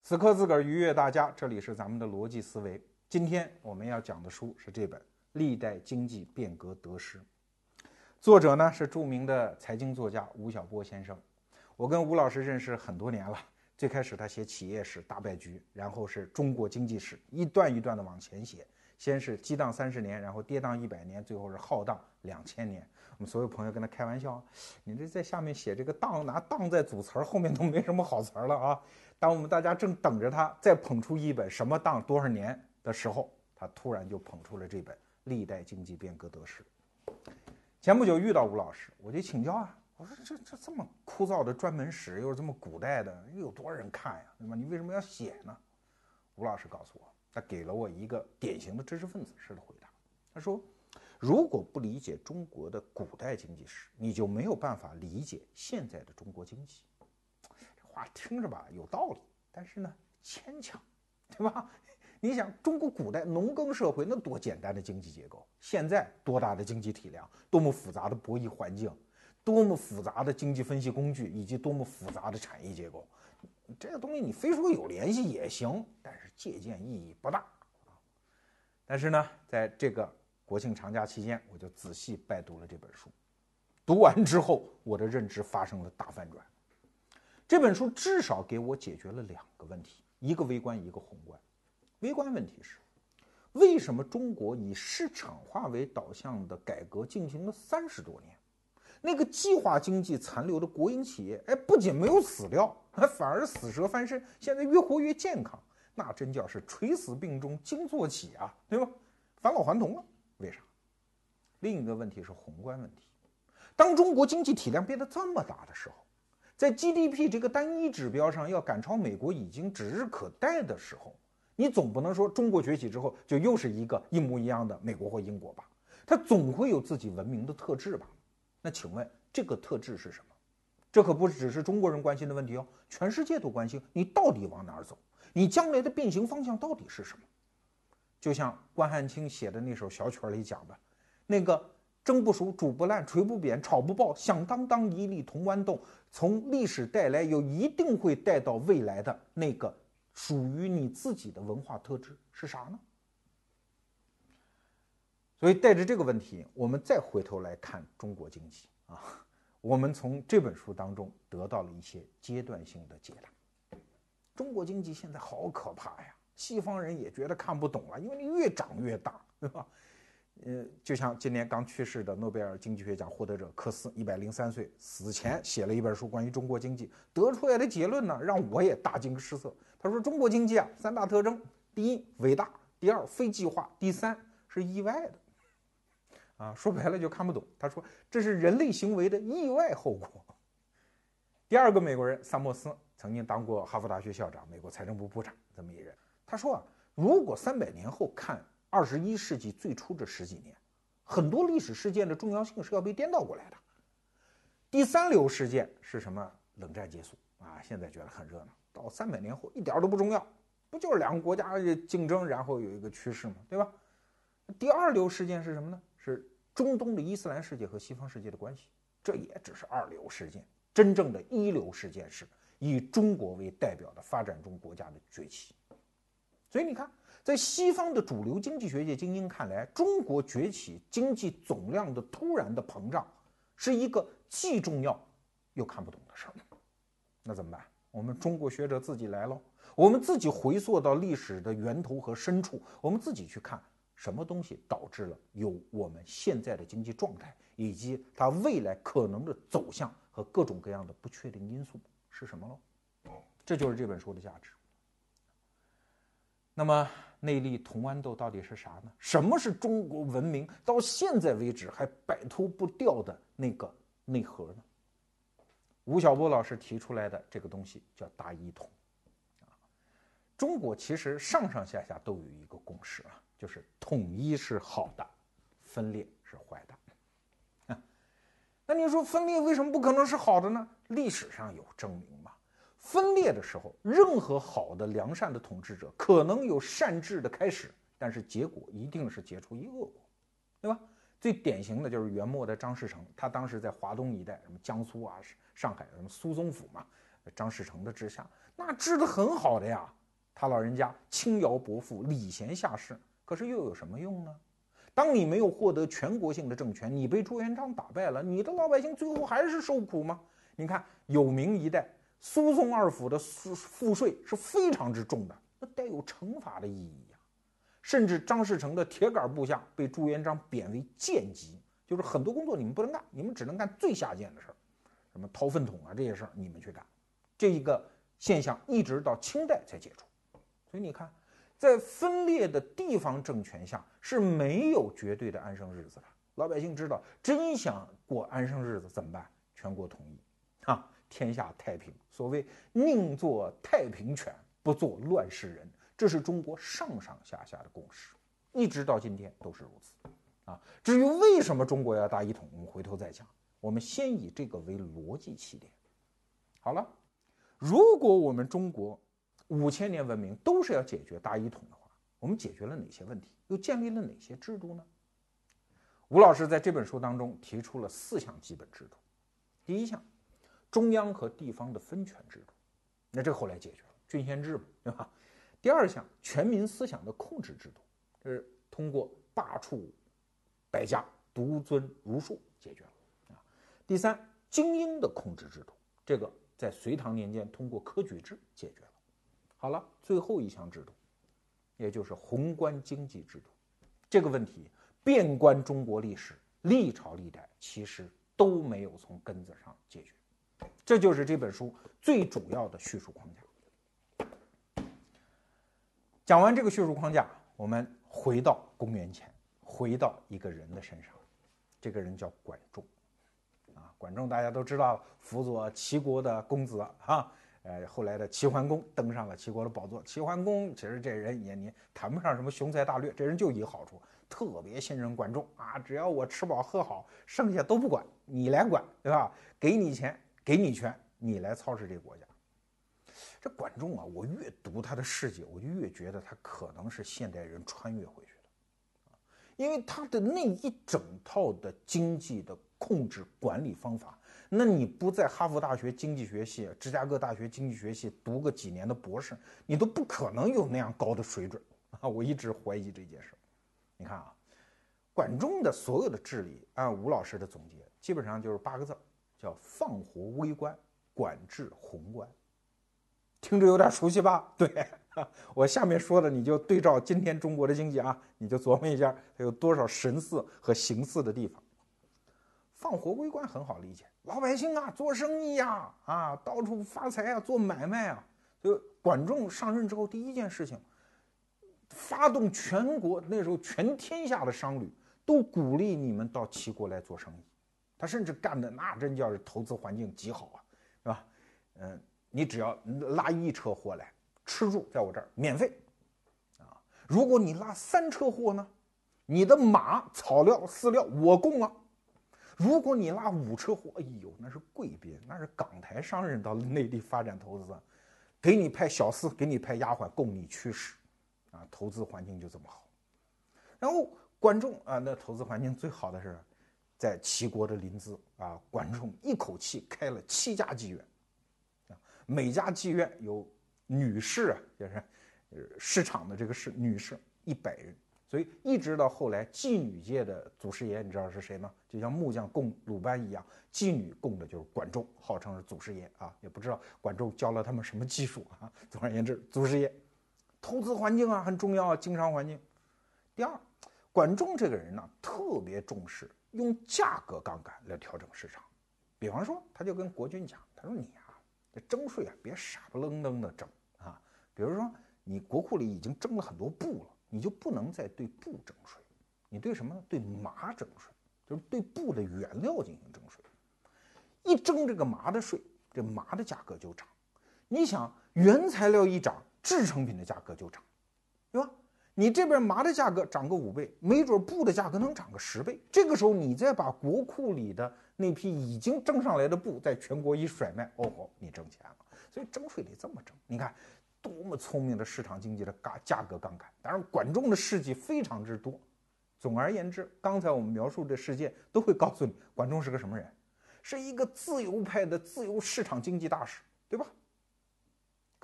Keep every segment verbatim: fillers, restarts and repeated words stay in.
此刻自个儿愉悦大家，这里是咱们的逻辑思维。今天我们要讲的书是这本《历代经济变革得失》，作者呢是著名的财经作家吴晓波先生。我跟吴老师认识很多年了，最开始他写企业史大败局，然后是中国经济史，一段一段的往前写，先是激荡三十年，然后跌宕一百年，最后是浩荡两千年。我们所有朋友跟他开玩笑，你这在下面写这个荡，拿荡在组词儿，后面都没什么好词儿了啊。当我们大家正等着他再捧出一本什么荡多少年的时候，他突然就捧出了这本《历代经济变革得失》。前不久遇到吴老师，我就请教啊，我说这这这么枯燥的专门史，又是这么古代的，又有多少人看呀？对吧？你为什么要写呢？吴老师告诉我，他给了我一个典型的知识分子式的回答。他说，如果不理解中国的古代经济史，你就没有办法理解现在的中国经济。这话听着吧有道理，但是呢牵强，对吧？你想中国古代农耕社会那多简单的经济结构，现在多大的经济体量，多么复杂的博弈环境，多么复杂的经济分析工具，以及多么复杂的产业结构，这个东西你非说有联系也行，但是借鉴意义不大。但是呢，在这个国庆长假期间，我就仔细拜读了这本书。读完之后，我的认知发生了大反转。这本书至少给我解决了两个问题，一个微观，一个宏观。微观问题是，为什么中国以市场化为导向的改革进行了三十多年，那个计划经济残留的国营企业，哎，不仅没有死掉，还反而死蛇翻身，现在越活越健康，那真叫是垂死病中惊坐起啊，对吧？返老还童了，为啥？另一个问题是宏观问题，当中国经济体量变得这么大的时候，在 G D P 这个单一指标上要赶超美国已经指日可待的时候，你总不能说中国崛起之后就又是一个一模一样的美国或英国吧？它总会有自己文明的特质吧？那请问这个特质是什么？这可不只是中国人关心的问题哦，全世界都关心你到底往哪儿走，你将来的变形方向到底是什么？就像关汉卿写的那首小曲里讲的，那个蒸不熟煮不烂锤不扁炒不爆响当当一粒铜豌豆，从历史带来又一定会带到未来的那个属于你自己的文化特质是啥呢？所以带着这个问题，我们再回头来看中国经济啊，我们从这本书当中得到了一些阶段性的解答。中国经济现在好可怕呀，西方人也觉得看不懂了，因为你越长越大，对吧？呃，就像今年刚去世的诺贝尔经济学奖获得者科斯，一百零三岁，死前写了一本书关于中国经济，得出来的结论呢，让我也大惊失色。他说，中国经济啊，三大特征：第一，伟大；第二，非计划；第三，是意外的。啊，说白了就看不懂。他说，这是人类行为的意外后果。第二个美国人萨默斯曾经当过哈佛大学校长、美国财政部部长这么一人。他说啊，如果三百年后看二十一世纪最初这十几年，很多历史事件的重要性是要被颠倒过来的。第三流事件是什么？冷战结束啊，现在觉得很热闹。到三百年后一点都不重要，不就是两个国家竞争，然后有一个趋势嘛，对吧？第二流事件是什么呢？是中东的伊斯兰世界和西方世界的关系，这也只是二流事件。真正的一流事件是以中国为代表的发展中国家的崛起。所以你看，在西方的主流经济学界精英看来，中国崛起经济总量的突然的膨胀是一个既重要又看不懂的事儿。那怎么办？我们中国学者自己来喽，我们自己回溯到历史的源头和深处，我们自己去看什么东西导致了有我们现在的经济状态，以及它未来可能的走向和各种各样的不确定因素是什么喽？这就是这本书的价值。那么那粒铜豌豆到底是啥呢？什么是中国文明到现在为止还摆脱不掉的那个内核呢？吴晓波老师提出来的这个东西叫大一统。中国其实上上下下都有一个共识啊，就是统一是好的，分裂是坏的。那你说分裂为什么不可能是好的呢？历史上有证明嘛。分裂的时候，任何好的良善的统治者可能有善治的开始，但是结果一定是结出一恶果，对吧？最典型的就是元末的张士诚，他当时在华东一带，什么江苏啊、上海什么苏宗府嘛，张士诚的治下那治得很好的呀， 他老人家轻徭薄赋，礼贤下士，可是又有什么用呢？当你没有获得全国性的政权，你被朱元璋打败了，你的老百姓最后还是受苦吗？你看有明一代，苏宋二府的赋税是非常之重的，那带有惩罚的意义呀、啊。甚至张士诚的铁杆部下被朱元璋贬为贱级，就是很多工作你们不能干，你们只能干最下贱的事儿，什么掏粪桶啊这些事儿你们去干。这一个现象一直到清代才解除。所以你看，在分裂的地方政权下是没有绝对的安生日子的。老百姓知道，真想过安生日子怎么办？全国统一啊，天下太平。所谓宁做太平犬，不做乱世人，这是中国上上下下的共识，一直到今天都是如此啊。至于为什么中国要大一统，我们回头再讲。我们先以这个为逻辑起点。好了，如果我们中国五千年文明都是要解决大一统的话，我们解决了哪些问题？又建立了哪些制度呢？吴老师在这本书当中提出了四项基本制度。第一项，中央和地方的分权制度，那这后来解决了，郡县制嘛，对吧？第二项，全民思想的控制制度，这是通过罢黜百家，独尊儒术解决了啊。第三，精英的控制制度，这个在隋唐年间通过科举制解决了。好了，最后一项制度，也就是宏观经济制度，这个问题遍观中国历史，历朝历代其实都没有从根子上解决。这就是这本书最主要的叙述框架。讲完这个叙述框架，我们回到公元前，回到一个人的身上，这个人叫管仲啊。管仲大家都知道，辅佐齐国的公子啊，呃，后来的齐桓公登上了齐国的宝座。齐桓公其实这人也你谈不上什么雄才大略，这人就一个好处，特别信任管仲啊，只要我吃饱喝好，剩下都不管，你来管，对吧？给你钱，给你权，你来操持这个国家。这管仲啊，我越读他的事迹，我就越觉得他可能是现代人穿越回去的，因为他的那一整套的经济的控制管理方法，那你不在哈佛大学经济学系、芝加哥大学经济学系读个几年的博士，你都不可能有那样高的水准啊！我一直怀疑这件事。你看啊，管仲的所有的治理，按吴老师的总结，基本上就是八个字，叫放活微观，管制宏观。听着有点熟悉吧？对，我下面说的你就对照今天中国的经济啊，你就琢磨一下它有多少神似和形似的地方。放活微观很好理解，老百姓啊做生意呀 啊, 啊到处发财啊，做买卖啊。就管仲上任之后第一件事情，发动全国那时候全天下的商旅都鼓励你们到齐国来做生意。他甚至干的那真叫是投资环境极好啊，是吧？嗯。你只要拉一车货来，吃住在我这儿免费啊！如果你拉三车货呢，你的马、草料、饲料我供了。如果你拉五车货，哎呦，那是贵宾，那是港台商人到内地发展投资，给你派小厮，给你派丫鬟供你驱使啊！投资环境就这么好。然后管仲啊，那投资环境最好的是在齐国的临淄啊，管仲一口气开了七家妓院。每家妓院有女士啊，就是市场的这个是女士一百人，所以一直到后来妓女界的祖师爷，你知道是谁吗？就像木匠供鲁班一样，妓女供的就是管仲，号称是祖师爷啊，也不知道管仲教了他们什么技术啊。总而言之，祖师爷。投资环境啊很重要啊，经商环境。第二，管仲这个人呢特别重视用价格杠杆来调整市场，比方说他就跟国君讲，他说你啊。这征税啊，别傻不愣登的征啊！比如说，你国库里已经征了很多布了，你就不能再对布征税，你对什么呢？对麻征税，就是对布的原料进行征税。一征这个麻的税，这麻的价格就涨。你想，原材料一涨，制成品的价格就涨，对吧？你这边麻的价格涨个五倍，没准布的价格能涨个十倍。这个时候，你再把国库里的那批已经征上来的布在全国一甩卖，哦吼，你挣钱了。所以征税得这么征。你看，多么聪明的市场经济的价格杠杆。当然，管仲的事迹非常之多。总而言之，刚才我们描述的事件都会告诉你，管仲是个什么人，是一个自由派的自由市场经济大使，对吧？可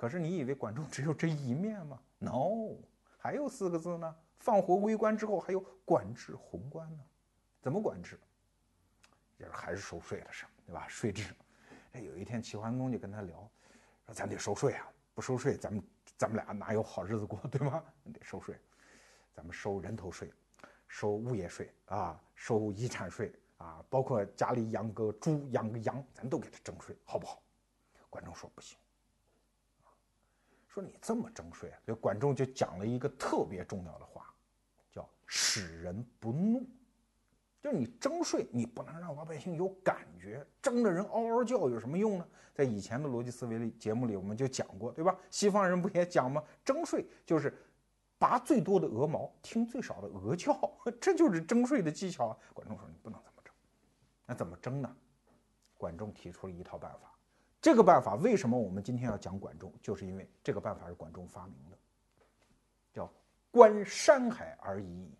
可是你以为管仲只有这一面吗 ？No， 还有四个字呢。放活微观之后，还有管制宏观呢。怎么管制？也还是收税的事，对吧？税制。哎，有一天齐桓公就跟他聊，说咱得收税啊，不收税，咱们咱们俩哪有好日子过，对吗？得收税，咱们收人头税，收物业税啊，收遗产税啊，包括家里养个猪、养个羊，咱都给他征税，好不好？管仲说不行。说你这么征税，所以管仲就讲了一个特别重要的话，叫使人不怒。就是你征税，你不能让老百姓有感觉，征的人嗷嗷叫有什么用呢？在以前的逻辑思维里节目里我们就讲过，对吧？西方人不也讲吗？征税就是拔最多的鹅毛，听最少的鹅叫，这就是征税的技巧啊。管仲说你不能这么征，那怎么征呢？管仲提出了一套办法。这个办法为什么我们今天要讲管仲，就是因为这个办法是管仲发明的，叫观山海而已矣。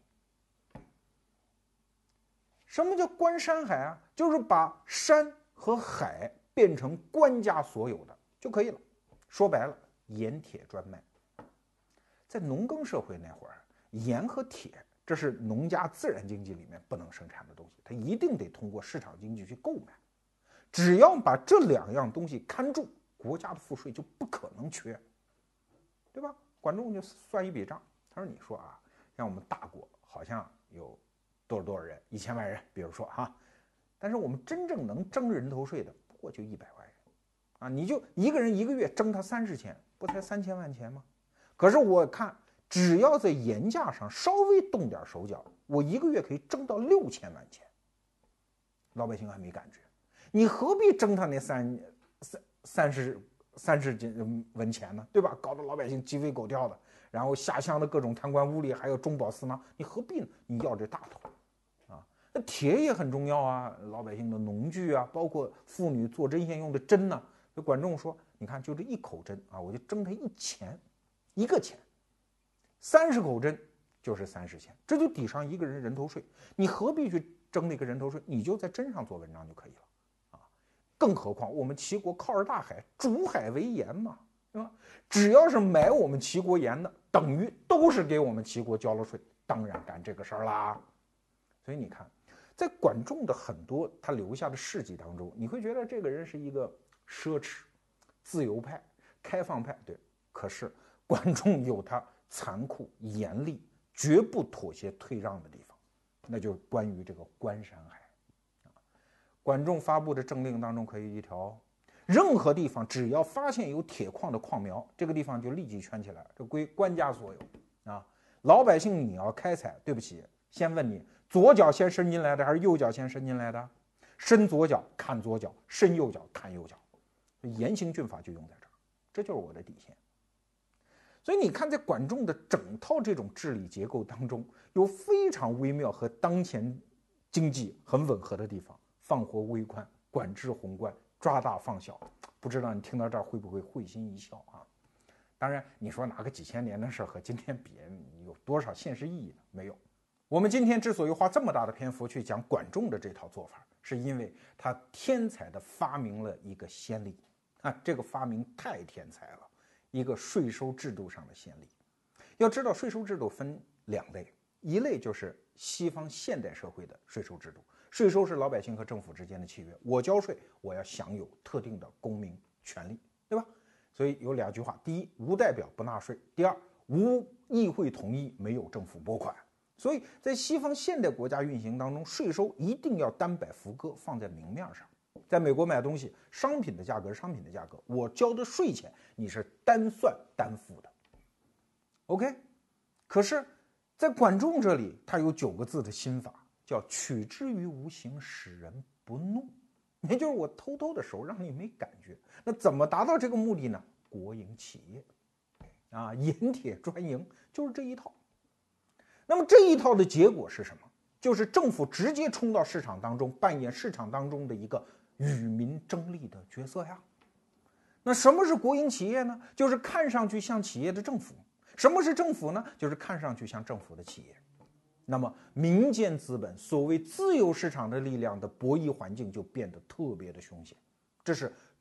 什么叫观山海啊？就是把山和海变成官家所有的就可以了。说白了，盐铁专卖。在农耕社会那会儿，盐和铁这是农家自然经济里面不能生产的东西，它一定得通过市场经济去购买。只要把这两样东西看住，国家的赋税就不可能缺，对吧？管仲就算一笔账，他说：“你说啊，像我们大国好像有多少多少人，一千万人，比如说哈，但是我们真正能征人头税的不过就一百万人，啊，你就一个人一个月征他三十钱，不才三千万钱吗？可是我看，只要在盐价上稍微动点手脚，我一个月可以征到六千万钱，老百姓还没感觉。”你何必征他那三三三十三十斤文钱呢？对吧？搞得老百姓鸡飞狗跳的，然后下乡的各种贪官污吏，还有中饱私囊，你何必呢？你要这大头啊！那铁也很重要啊，老百姓的农具啊，包括妇女做针线用的针呢、啊。所以管仲说，你看就这一口针啊，我就征他一钱，一个钱，三十口针就是三十钱，这就抵上一个人人头税。你何必去征那个人头税？你就在针上做文章就可以了。更何况我们齐国靠着大海，主海为盐嘛，对吧？只要是买我们齐国盐的，等于都是给我们齐国交了税，当然干这个事儿啦。所以你看，在管仲的很多他留下的事迹当中，你会觉得这个人是一个奢侈、自由派、开放派，对。可是管仲有他残酷、严厉、绝不妥协、退让的地方，那就是关于这个观山海。管仲发布的政令当中可以一条，任何地方只要发现有铁矿的矿苗，这个地方就立即圈起来，这归官家所有啊。老百姓你要开采，对不起，先问你左脚先伸进来的还是右脚先伸进来的？伸左脚砍左脚，伸右脚砍右脚，严刑峻法就用在这儿，这就是我的底线。所以你看，在管仲的整套这种治理结构当中，有非常微妙和当前经济很吻合的地方。放活微观，管制宏观，抓大放小，不知道你听到这儿会不会会心一笑啊？当然，你说拿个几千年的事和今天比，有多少现实意义呢？没有。我们今天之所以花这么大的篇幅去讲管仲的这套做法，是因为他天才的发明了一个先例啊！这个发明太天才了，一个税收制度上的先例。要知道，税收制度分两类，一类就是西方现代社会的税收制度。税收是老百姓和政府之间的契约，我交税，我要享有特定的公民权利，对吧？所以有两句话：第一，无代表不纳税；第二，无议会同意，没有政府拨款。所以在西方现代国家运行当中，税收一定要单摆浮歌，放在明面上。在美国买东西，商品的价格是商品的价格，我交的税钱你是单算单付的。OK， 可是，在管仲这里，他有九个字的心法。叫取之于无形，使人不怒，也就是我偷偷的收，让你没感觉。那怎么达到这个目的呢？国营企业啊，盐铁专营，就是这一套。那么这一套的结果是什么？就是政府直接冲到市场当中，扮演市场当中的一个与民争利的角色呀。那什么是国营企业呢？就是看上去像企业的政府。什么是政府呢？就是看上去像政府的企业。那么民间资本，所谓自由市场的力量的博弈环境就变得特别的凶险，这是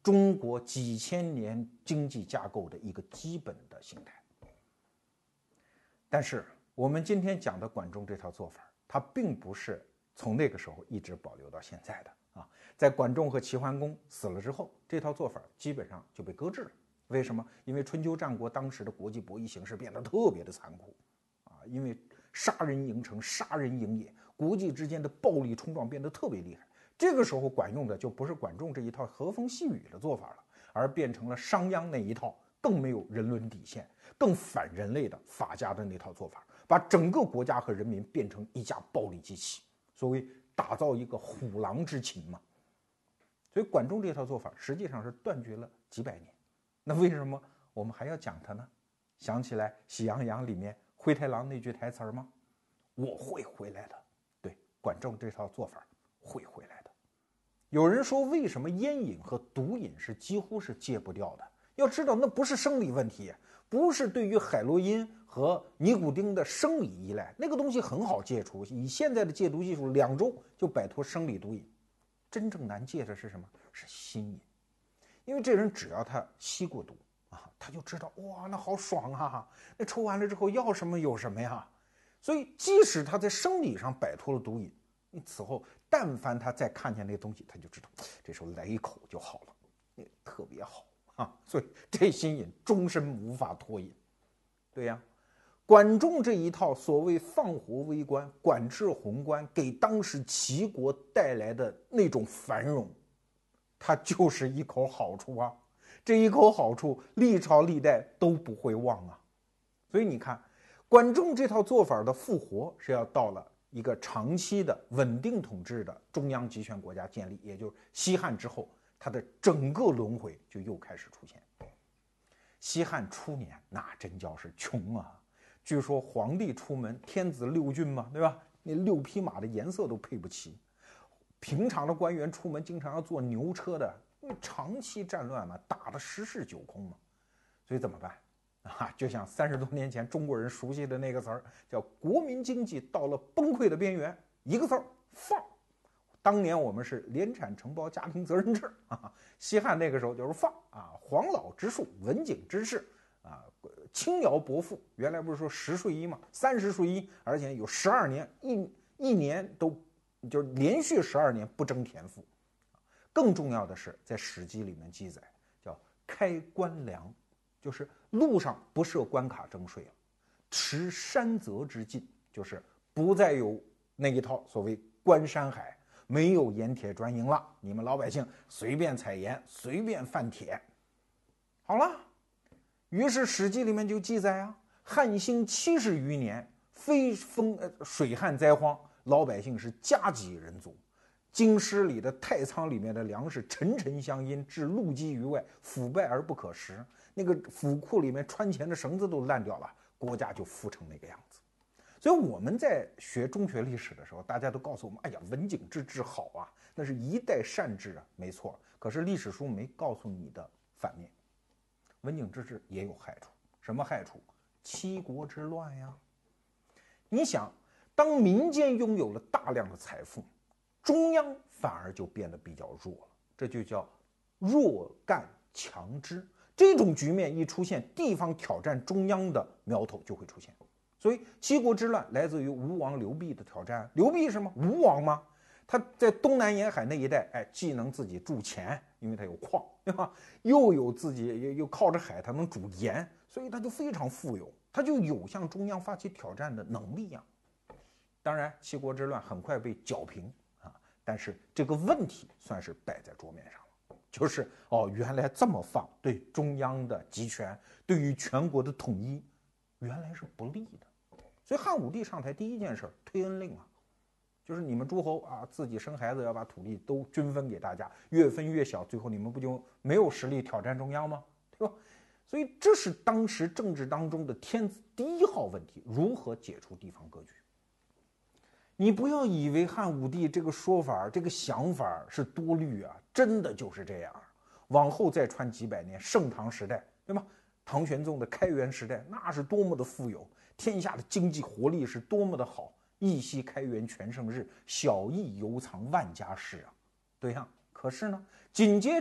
中国几千年经济架构的一个基本的形态。但是我们今天讲的管仲这套做法，它并不是从那个时候一直保留到现在的啊。在管仲和齐桓公死了之后，这套做法基本上就被搁置了。为什么？因为春秋战国当时的国际博弈形势变得特别的残酷啊，因为杀人营城，杀人营野，国际之间的暴力冲撞变得特别厉害。这个时候管用的就不是管仲这一套和风细雨的做法了，而变成了商鞅那一套更没有人伦底线、更反人类的法家的那套做法，把整个国家和人民变成一架暴力机器，所谓打造一个虎狼之秦嘛。所以管仲这套做法实际上是断绝了几百年。那为什么我们还要讲它呢？想起来《喜羊羊》里面灰太狼那句台词吗？我会回来的。对，管仲这套做法会回来的。有人说，为什么烟瘾和毒瘾是几乎是戒不掉的？要知道，那不是生理问题，不是对于海洛因和尼古丁的生理依赖，那个东西很好戒除，以现在的戒毒技术，两周就摆脱生理毒瘾。真正难戒的是什么？是心瘾。因为这人只要他吸过毒啊，他就知道哇，那好爽啊！那抽完了之后要什么有什么呀。所以，即使他在生理上摆脱了毒瘾，你此后但凡他再看见那东西，他就知道这时候来一口就好了，那特别好啊。所以这心瘾终身无法脱瘾。对呀，管仲这一套所谓放活微观、管制宏观，给当时齐国带来的那种繁荣，它就是一口好处啊。这一口好处，历朝历代都不会忘啊。所以你看，管仲这套做法的复活是要到了一个长期的稳定统治的中央集权国家建立，也就是西汉之后，它的整个轮回就又开始出现。西汉初年那真叫是穷啊，据说皇帝出门天子六骏嘛，对吧？那六匹马的颜色都配不齐，平常的官员出门经常要坐牛车的，因为长期战乱嘛，打得十室九空嘛，所以怎么办啊？就像三十多年前中国人熟悉的那个词儿，叫国民经济到了崩溃的边缘，一个字儿放。当年我们是联产承包家庭责任制啊，西汉那个时候就是放啊，黄老之术，文景之士啊，轻徭薄赋。原来不是说十税一嘛，三十税一，而且有十二年一一年都就是连续十二年不征田赋。更重要的是，在《史记》里面记载叫开关粮，就是路上不设关卡征税了，持山泽之禁，就是不再有那一套所谓关山海。没有盐铁专营了，你们老百姓随便采盐，随便贩铁。好了，于是《史记》里面就记载啊，汉兴七十余年，非风呃水旱灾荒，老百姓是家饥人足。京师里的太仓里面的粮食沉沉相因，置陆基于外，腐败而不可食。那个府库里面穿钱的绳子都烂掉了，国家就富成那个样子。所以我们在学中学历史的时候，大家都告诉我们，哎呀，文景之治好啊，那是一代善治啊，没错。可是历史书没告诉你的反面，文景之治也有害处。什么害处？七国之乱呀。你想，当民间拥有了大量的财富，中央反而就变得比较弱了，这就叫弱干强支。这种局面一出现，地方挑战中央的苗头就会出现。所以七国之乱来自于吴王刘濞的挑战。刘濞是什么？吴王吗？他在东南沿海那一带，哎，既能自己铸钱，因为他有矿，对吧？又有自己又又靠着海，他能煮盐，所以他就非常富有，他就有向中央发起挑战的能力呀。当然，七国之乱很快被剿平啊，但是这个问题算是摆在桌面上了，就是哦，原来这么放，对中央的集权，对于全国的统一，原来是不利的。所以汉武帝上台第一件事推恩令啊，就是你们诸侯啊自己生孩子要把土地都均分给大家，越分越小，最后你们不就没有实力挑战中央吗？对吧？所以这是当时政治当中的天子第一号问题，如何解除地方割据。你不要以为汉武帝这个说法这个想法是多虑啊，真的就是这样。往后再穿几百年，盛唐时代，对吧？唐玄宗的开元时代，那是多么的富有，天下的经济活力是多么的好，一夕开元全盛日，小邑犹藏万家室啊，对呀。可是呢，紧接着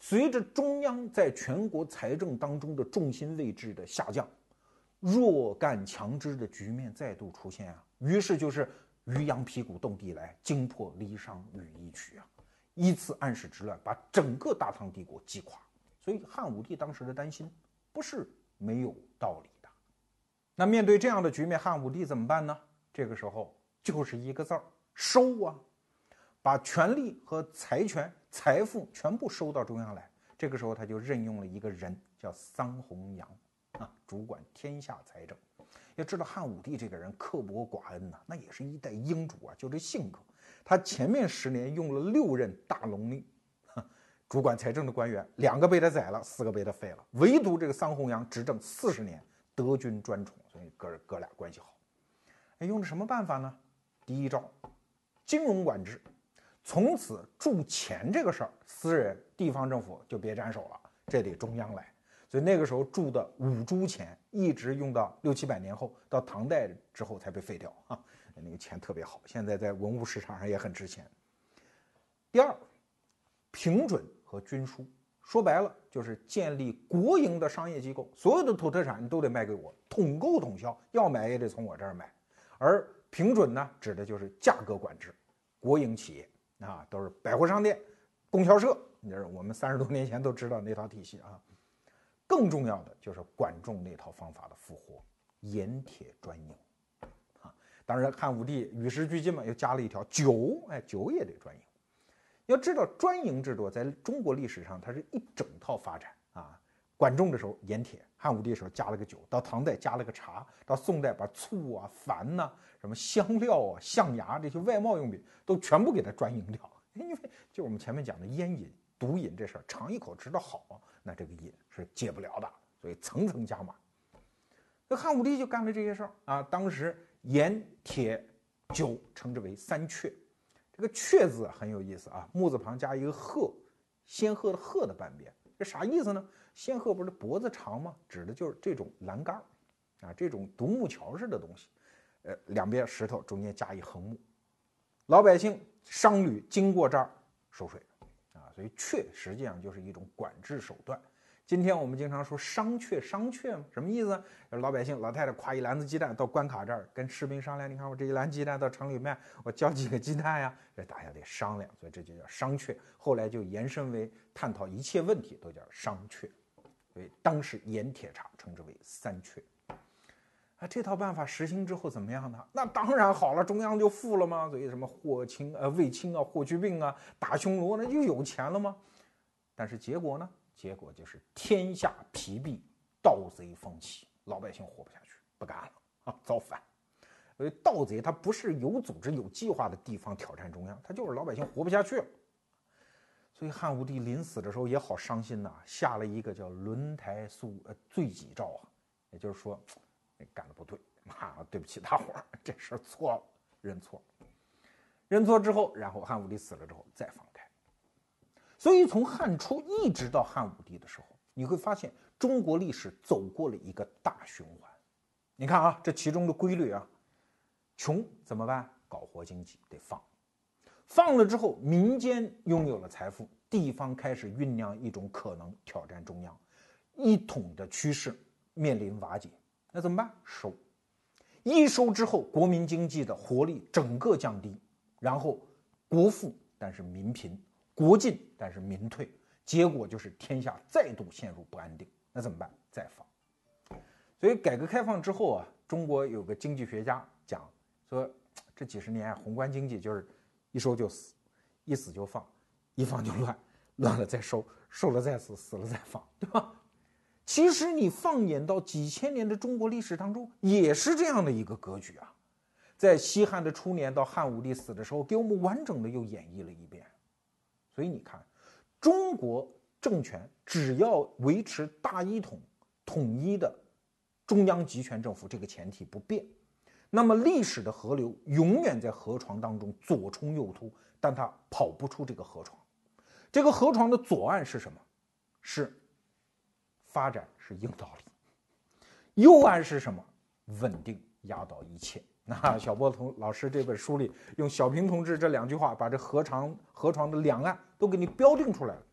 随着中央在全国财政当中的重心位置的下降，弱干强支的局面再度出现啊。于是就是渔阳鼙鼓动地来，惊破离商羽翼曲啊，依次安史之乱把整个大唐帝国击垮。所以汉武帝当时的担心不是没有道理的。那面对这样的局面，汉武帝怎么办呢？这个时候就是一个字儿：收啊！把权力和财权、财富全部收到中央来。这个时候他就任用了一个人，叫桑弘羊啊，主管天下财政。要知道汉武帝这个人刻薄寡恩呐、啊，那也是一代英主啊，就这性格。他前面十年用了六任大龙令，主管财政的官员，两个被他宰了，四个被他废了，唯独这个桑弘羊执政四十年，得君专宠，所以哥哥俩关系好。哎，用的什么办法呢？第一招，金融管制。从此铸钱这个事儿，私人地方政府就别沾手了，这得中央来。所以那个时候铸的五铢钱，一直用到六七百年后，到唐代之后才被废掉啊。那个钱特别好，现在在文物市场上也很值钱。第二，平准和均输，说白了就是建立国营的商业机构，所有的土特产你都得卖给我，统购统销，要买也得从我这儿买。而平准呢，指的就是价格管制，国营企业。啊，都是百货商店、供销社，你这我们三十多年前都知道那套体系啊。更重要的就是管仲那套方法的复活，盐铁专营啊。当然，汉武帝与时俱进嘛，又加了一条酒，哎，酒也得专营。要知道，专营制度在中国历史上它是一整套发展啊。管仲的时候盐铁，汉武帝的时候加了个酒，到唐代加了个茶，到宋代把醋啊、矾呐、啊、什么香料啊、象牙这些外贸用品都全部给它专营掉。因为就我们前面讲的烟瘾、毒瘾这事儿，尝一口知道好，那这个瘾是戒不了的，所以层层加码。那汉武帝就干了这些事儿啊。当时盐、铁、酒称之为三阙，这个阙字很有意思啊，木字旁加一个鹤，仙鹤的鹤的半边，这啥意思呢？仙鹤不是脖子长吗？指的就是这种栏杆啊，这种独木桥式的东西，呃，两边石头中间加一横木，老百姓商旅经过这儿收税啊，所以阙实际上就是一种管制手段。今天我们经常说商榷，商榷嘛，什么意思呢？老百姓老太太挎一篮子鸡蛋到关卡这儿跟士兵商量，你看我这一篮鸡蛋到城里卖，我交几个鸡蛋呀？这大家得商量，所以这就叫商榷。后来就延伸为探讨一切问题都叫商榷。所以当时盐铁茶称之为三阙。啊，这套办法实行之后怎么样呢？那当然好了，中央就富了吗？所以什么霍清呃卫青啊、霍去病啊、打匈奴，那就有钱了吗？但是结果呢？结果就是天下疲弊，盗贼风起，老百姓活不下去，不干了啊，造反。所以盗贼他不是有组织、有计划的地方挑战中央，他就是老百姓活不下去了。所以汉武帝临死的时候也好伤心呐、啊，下了一个叫轮台诉呃罪己诏啊，也就是说，干的不对啊，对不起大伙儿，这事儿错了，认错。认错之后，然后汉武帝死了之后再放开。所以从汉初一直到汉武帝的时候，你会发现中国历史走过了一个大循环。你看啊，这其中的规律啊，穷怎么办？搞活经济得放。放了之后，民间拥有了财富，地方开始酝酿一种可能挑战中央，一统的趋势面临瓦解，那怎么办？收。一收之后，国民经济的活力整个降低，然后国富但是民贫，国进但是民退，结果就是天下再度陷入不安定。那怎么办？再放。所以改革开放之后啊，中国有个经济学家讲说，这几十年宏观经济就是一收就死，一死就放，一放就乱，乱了再收，收了再死，死了再放，对吧？其实你放眼到几千年的中国历史当中，也是这样的一个格局啊。在西汉的初年到汉武帝死的时候，给我们完整的又演绎了一遍。所以你看，中国政权只要维持大一统、统一的中央集权政府这个前提不变，那么历史的河流永远在河床当中左冲右突，但它跑不出这个河床。这个河床的左岸是什么？是发展，是硬道理。右岸是什么？稳定，压倒一切。那小波同老师这本书里用小平同志这两句话把这河床河床的两岸都给你标定出来了。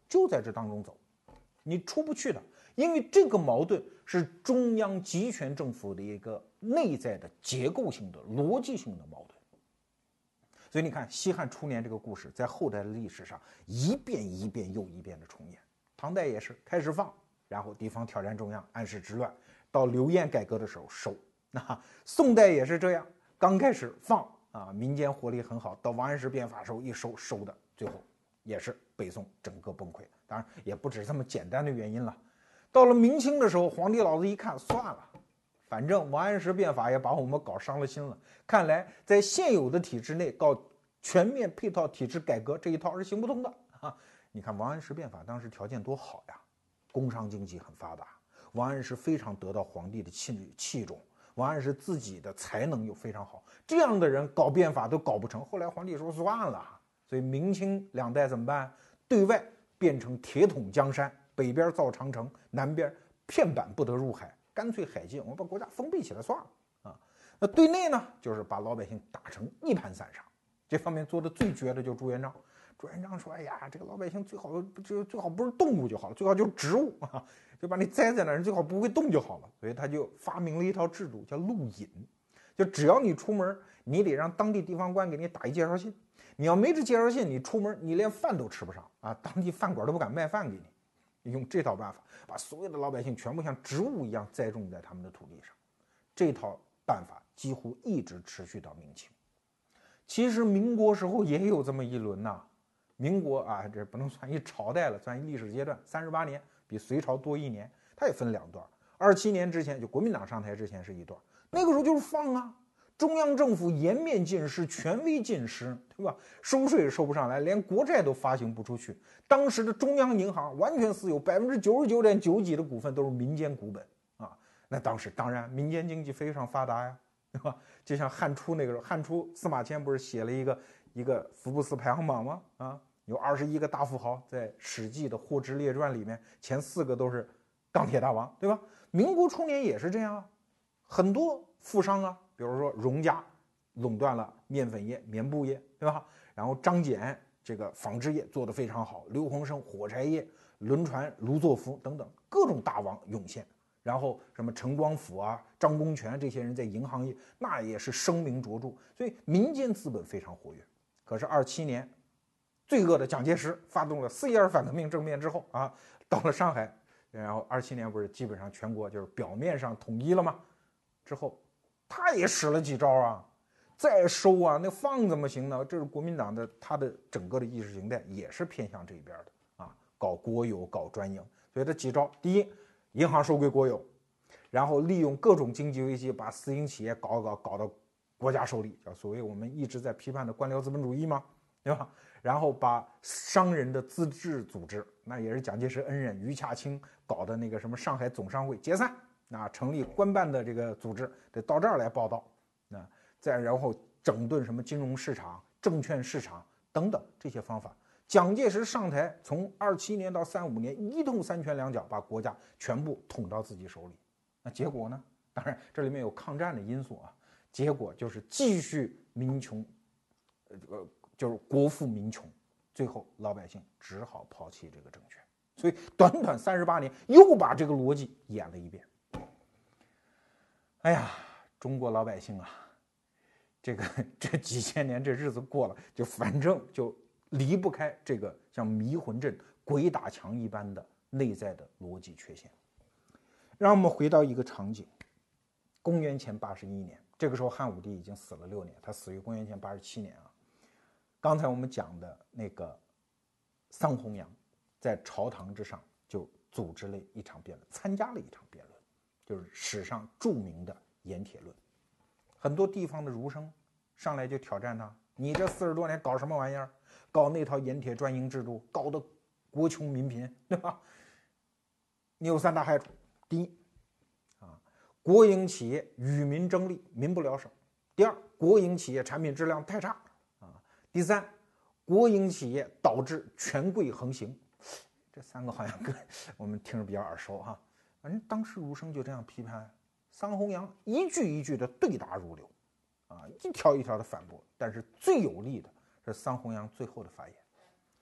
就在这当中走，你出不去的，因为这个矛盾是中央集权政府的一个内在的结构性的逻辑性的矛盾。所以你看西汉初年这个故事在后代的历史上一遍一遍又一遍的重演，唐代也是开始放，然后地方挑战中央，安史之乱，到刘晏改革的时候收，那宋代也是这样，刚开始放啊，民间活力很好，到王安石变法时候一收收的，最后也是北宋整个崩溃。当然也不止这么简单的原因了。到了明清的时候，皇帝老子一看，算了，反正王安石变法也把我们搞伤了心了，看来在现有的体制内搞全面配套体制改革这一套是行不通的啊！你看王安石变法当时条件多好呀，工商经济很发达，王安石非常得到皇帝的器器重，王安石自己的才能又非常好，这样的人搞变法都搞不成。后来皇帝说算了，所以明清两代怎么办？对外变成铁桶江山，北边造长城，南边片板不得入海，干脆海禁，我们把国家封闭起来算了啊。那对内呢，就是把老百姓打成一盘散沙，这方面做的最绝的就是朱元璋。朱元璋说：“哎呀，这个老百姓最好就最好不是动物就好了，最好就是植物啊，就把你栽在那儿，最好不会动就好了。”所以他就发明了一套制度，叫录引，就只要你出门，你得让当地地方官给你打一介绍信。你要没这介绍信，你出门你连饭都吃不上啊！当地饭馆都不敢卖饭给你。用这套办法，把所有的老百姓全部像植物一样栽种在他们的土地上。这套办法几乎一直持续到明清。其实民国时候也有这么一轮呐、啊。民国啊，这不能算一朝代了，算一历史阶段，三十八年，比隋朝多一年。它也分两段。二七年之前，就国民党上台之前是一段，那个时候就是放啊。中央政府颜面尽失，权威尽失，对吧？收税收不上来，连国债都发行不出去。当时的中央银行完全私有，百分之九十九点九几的股份都是民间股本啊。那当时当然民间经济非常发达呀，对吧？就像汉初那个时候，汉初司马迁不是写了一个一个福布斯排行榜吗？啊，有二十一个大富豪，在《史记》的《货殖列传》里面，前四个都是钢铁大王，对吧？民国初年也是这样啊，很多富商啊。比如说荣家垄断了面粉业、棉布业，对吧？然后张謇这个纺织业做得非常好，刘洪生火柴业、轮船、卢作孚等等各种大王涌现。然后什么陈光甫啊、张公权这些人在银行业那也是声名卓著，所以民间资本非常活跃。可是二七年，罪恶的蒋介石发动了四一二反革命政变之后啊，到了上海，然后二七年不是基本上全国就是表面上统一了吗？之后。他也使了几招啊，再收啊，那放怎么行呢？这是国民党的，他的整个的意识形态也是偏向这边的啊，搞国有，搞专营。所以他几招：第一，银行收归国有，然后利用各种经济危机把私营企业搞搞搞到国家手里，叫所谓我们一直在批判的官僚资本主义嘛，对吧？然后把商人的自治组织，那也是蒋介石恩人于洽清搞的那个什么上海总商会解散。那成立官办的这个组织得到这儿来报道，那再然后整顿什么金融市场、证券市场等等这些方法。蒋介石上台，从二七年到三五年，一通三拳两脚把国家全部捅到自己手里。那结果呢？当然这里面有抗战的因素啊。结果就是继续民穷，呃，就是国富民穷，最后老百姓只好抛弃这个政权。所以短短三十八年，又把这个逻辑演了一遍。哎呀，中国老百姓啊，这个这几千年这日子过了，就反正就离不开这个像迷魂阵、鬼打墙一般的内在的逻辑缺陷。让我们回到一个场景，公元前八十一年，这个时候汉武帝已经死了六年，他死于公元前八十七年啊。刚才我们讲的那个桑弘羊，在朝堂之上就组织了一场辩论，参加了一场辩论。就是史上著名的盐铁论，很多地方的儒生上来就挑战他：你这四十多年搞什么玩意儿？搞那套盐铁专营制度，搞得国穷民贫，对吧？你有三大害处：第一，啊，国营企业与民争利，民不聊生；第二，国营企业产品质量太差啊；第三，国营企业导致权贵横行。这三个好像跟我们听着比较耳熟哈。反正当时儒生就这样批判，桑弘羊一句一句的对答如流，啊，一条一条的反驳。但是最有力的是桑弘羊最后的发言。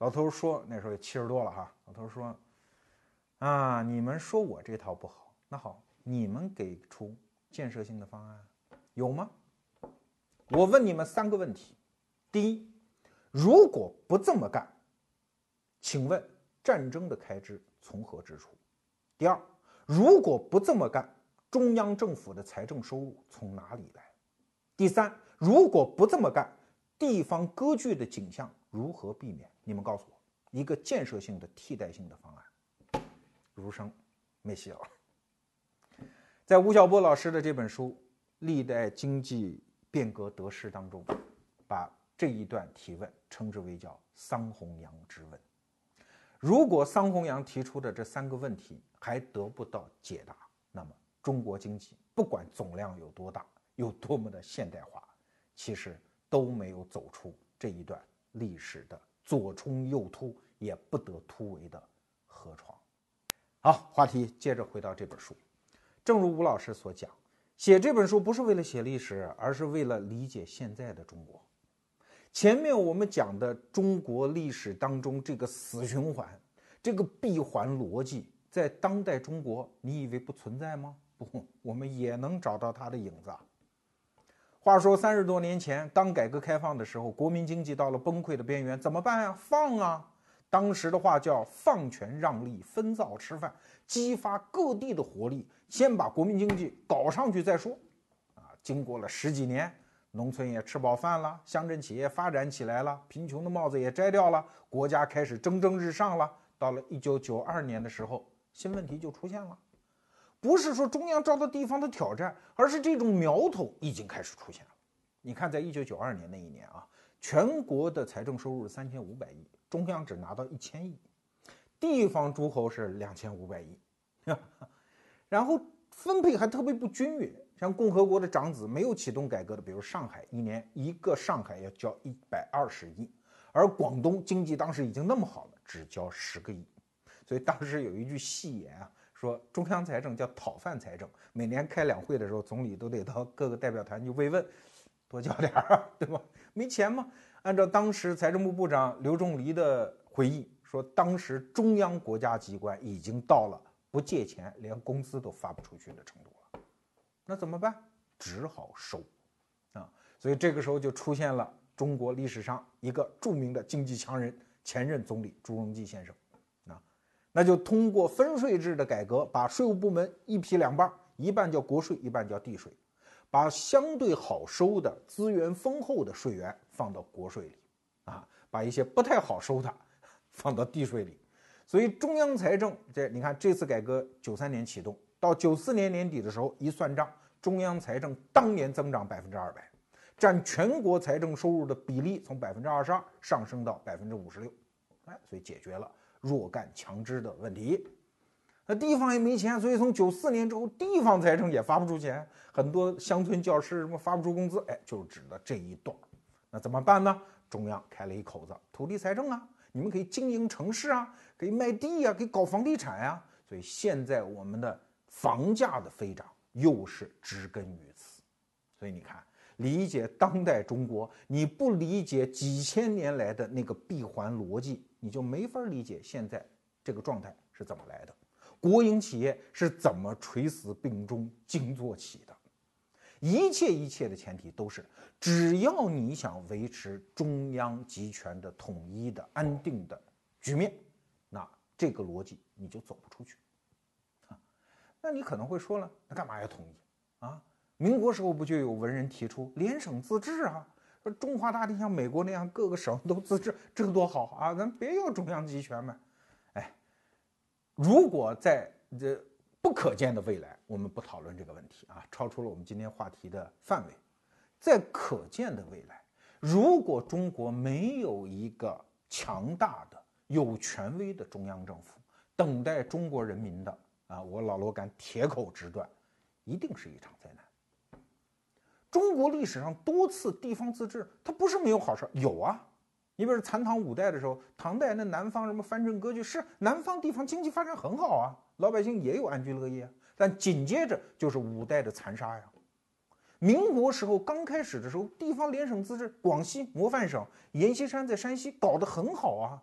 老头说，那时候也七十多了哈。老头说：“啊，你们说我这套不好，那好，你们给出建设性的方案，有吗？我问你们三个问题：第一，如果不这么干，请问战争的开支从何支出？第二，如果不这么干，中央政府的财政收入从哪里来？第三，如果不这么干，地方割据的景象如何避免？你们告诉我一个建设性的替代性的方案。”儒生没戏了。在吴晓波老师的这本书《历代经济变革得失》当中，把这一段提问称之为叫桑弘羊之问。如果桑弘羊提出的这三个问题还得不到解答，那么中国经济不管总量有多大，有多么的现代化，其实都没有走出这一段历史的左冲右突也不得突围的河床。好，话题接着回到这本书。正如吴老师所讲，写这本书不是为了写历史，而是为了理解现在的中国。前面我们讲的中国历史当中这个死循环，这个闭环逻辑，在当代中国你以为不存在吗？不，我们也能找到它的影子啊。话说三十多年前，当改革开放的时候，国民经济到了崩溃的边缘，怎么办呀？放啊！当时的话叫放权让利，分灶吃饭，激发各地的活力，先把国民经济搞上去再说。啊，经过了十几年，农村也吃饱饭了，乡镇企业发展起来了，贫穷的帽子也摘掉了，国家开始蒸蒸日上了。到了一九九二年的时候，新问题就出现了。不是说中央遭到地方的挑战，而是这种苗头已经开始出现了。你看，在一九九二年那一年啊，全国的财政收入是三千五百亿，中央只拿到一千亿，地方诸侯是两千五百亿，然后分配还特别不均匀。像共和国的长子没有启动改革的，比如上海，一年一个上海要交一百二十亿，而广东经济当时已经那么好了，只交十个亿。所以当时有一句戏言啊，说中央财政叫讨饭财政，每年开两会的时候，总理都得到各个代表团去慰问，多交点儿，对吧？没钱吗？按照当时财政部部长刘仲藜的回忆说，当时中央国家机关已经到了不借钱连工资都发不出去的程度了。那怎么办？只好收啊！所以这个时候就出现了中国历史上一个著名的经济强人，前任总理朱镕基先生。那就通过分税制的改革，把税务部门一劈两半，一半叫国税，一半叫地税，把相对好收的资源丰厚的税源放到国税里啊，把一些不太好收的放到地税里。所以中央财政这你看这次改革九三年启动，到九四年年底的时候一算账，中央财政当年增长百分之二百，占全国财政收入的比例从百分之二十二上升到百分之五十六，哎，所以解决了弱干强支的问题。那地方也没钱，所以从九四年之后，地方财政也发不出钱，很多乡村教师什么发不出工资，哎，就指的这一段。那怎么办呢？中央开了一口子，土地财政啊，你们可以经营城市啊，可以卖地啊，可以搞房地产啊。所以现在我们的房价的飞涨又是植根于此。所以你看，理解当代中国，你不理解几千年来的那个闭环逻辑，你就没法理解现在这个状态是怎么来的，国营企业是怎么垂死病中惊坐起的。一切一切的前提都是，只要你想维持中央集权的统一的安定的局面，那这个逻辑你就走不出去啊。那你可能会说了，那干嘛要统一啊？民国时候不就有文人提出联省自治啊？说中华大地像美国那样各个省都自治，这个多好啊！咱别要中央集权嘛。哎，如果在这不可见的未来，我们不讨论这个问题啊，超出了我们今天话题的范围。在可见的未来，如果中国没有一个强大的、有权威的中央政府，等待中国人民的啊，我老罗敢铁口直断，一定是一场灾难。中国历史上多次地方自治，它不是没有好事，有啊。你比如残唐五代的时候，唐代那南方什么藩镇割据，是南方地方经济发展很好啊，老百姓也有安居乐业，但紧接着就是五代的残杀呀。民国时候刚开始的时候，地方联省自治，广西模范省阎锡山在山西搞得很好啊，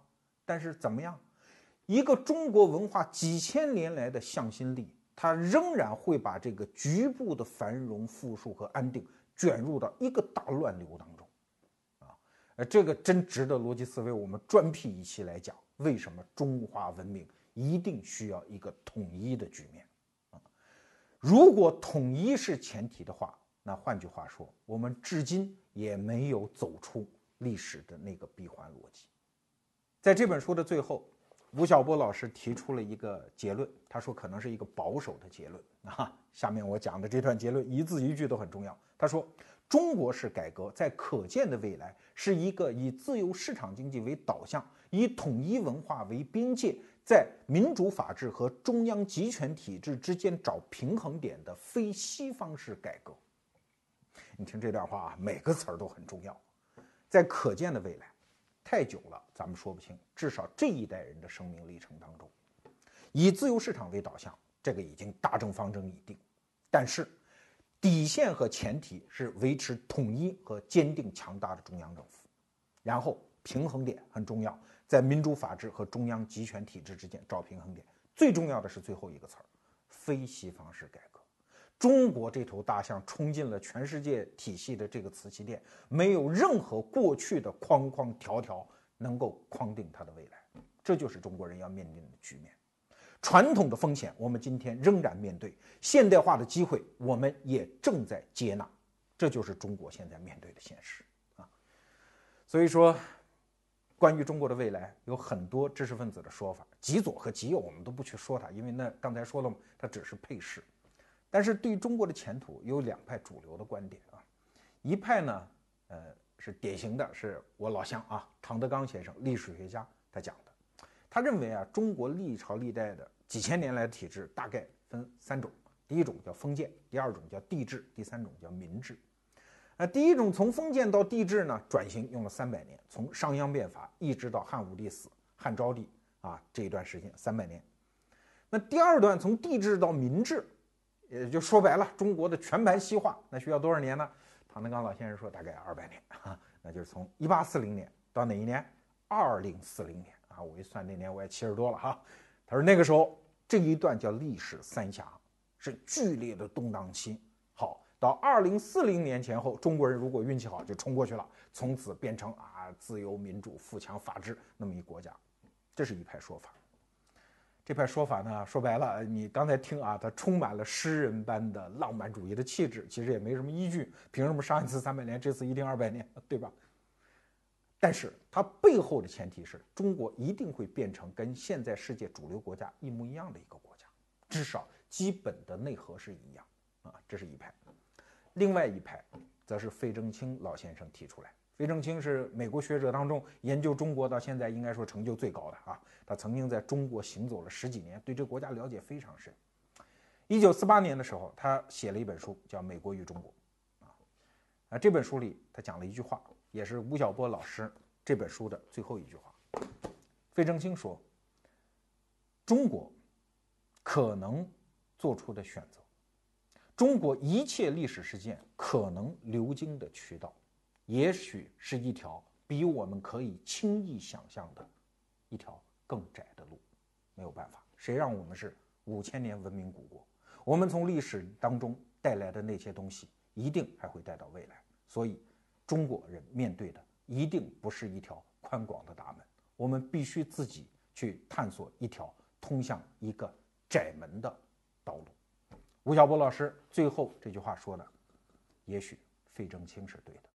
但是怎么样？一个中国文化几千年来的向心力，它仍然会把这个局部的繁荣、富庶和安定卷入到一个大乱流当中，啊，呃，这个真值得逻辑思维我们专辟一期来讲，为什么中华文明一定需要一个统一的局面啊？如果统一是前提的话，那换句话说，我们至今也没有走出历史的那个闭环逻辑。在这本书的最后，吴晓波老师提出了一个结论，他说可能是一个保守的结论啊。下面我讲的这段结论一字一句都很重要。他说，中国式改革在可见的未来是一个以自由市场经济为导向，以统一文化为边界，在民主法治和中央集权体制之间找平衡点的非西方式改革。你听这段话啊，每个词儿都很重要。在可见的未来，太久了，咱们说不清。至少这一代人的生命历程当中，以自由市场为导向，这个已经大政方针已定。但是，底线和前提是维持统一和坚定强大的中央政府。然后，平衡点很重要，在民主法治和中央集权体制之间找平衡点。最重要的是最后一个词儿，非西方式改革。中国这头大象冲进了全世界体系的这个瓷器店，没有任何过去的框框条条能够框定它的未来，这就是中国人要面临的局面。传统的风险我们今天仍然面对，现代化的机会我们也正在接纳，这就是中国现在面对的现实啊。所以说，关于中国的未来，有很多知识分子的说法，极左和极右我们都不去说它，因为那刚才说了嘛，它只是配饰。但是对中国的前途有两派主流的观点啊，一派呢，呃，是典型的，是我老乡啊，常德刚先生，历史学家，他讲的，他认为啊，中国历朝历代的几千年来的体制大概分三种，第一种叫封建，第二种叫帝制，第三种叫民治。那第一种从封建到帝制呢，转型用了三百年，从商鞅变法一直到汉武帝死，汉昭帝啊这一段时间三百年。那第二段从帝制到民治，也就说白了，中国的全盘西化，那需要多少年呢？唐德刚老先生说大概二百年啊，那就是从一八四零年到哪一年？二零四零年啊，我一算那年我也七十多了哈。他说那个时候这一段叫历史三峡，是剧烈的动荡期。好，到二零四零年前后，中国人如果运气好就冲过去了，从此变成啊自由民主富强法治那么一国家，这是一派说法。这派说法呢，说白了，你刚才听啊，它充满了诗人般的浪漫主义的气质，其实也没什么依据。凭什么上一次三百年，这次一定二百年，对吧？但是它背后的前提是中国一定会变成跟现在世界主流国家一模一样的一个国家，至少基本的内核是一样啊，这是一派。另外一派则是费正清老先生提出来。费正清是美国学者当中研究中国到现在应该说成就最高的啊，他曾经在中国行走了十几年，对这个国家了解非常深。一九四八年的时候，他写了一本书叫《美国与中国》啊，啊这本书里他讲了一句话，也是吴晓波老师这本书的最后一句话。费正清说，中国可能做出的选择，中国一切历史事件可能流经的渠道，也许是一条比我们可以轻易想象的一条更窄的路。没有办法，谁让我们是五千年文明古国，我们从历史当中带来的那些东西一定还会带到未来。所以中国人面对的一定不是一条宽广的大门，我们必须自己去探索一条通向一个窄门的道路。吴晓波老师最后这句话说的，也许费正清是对的。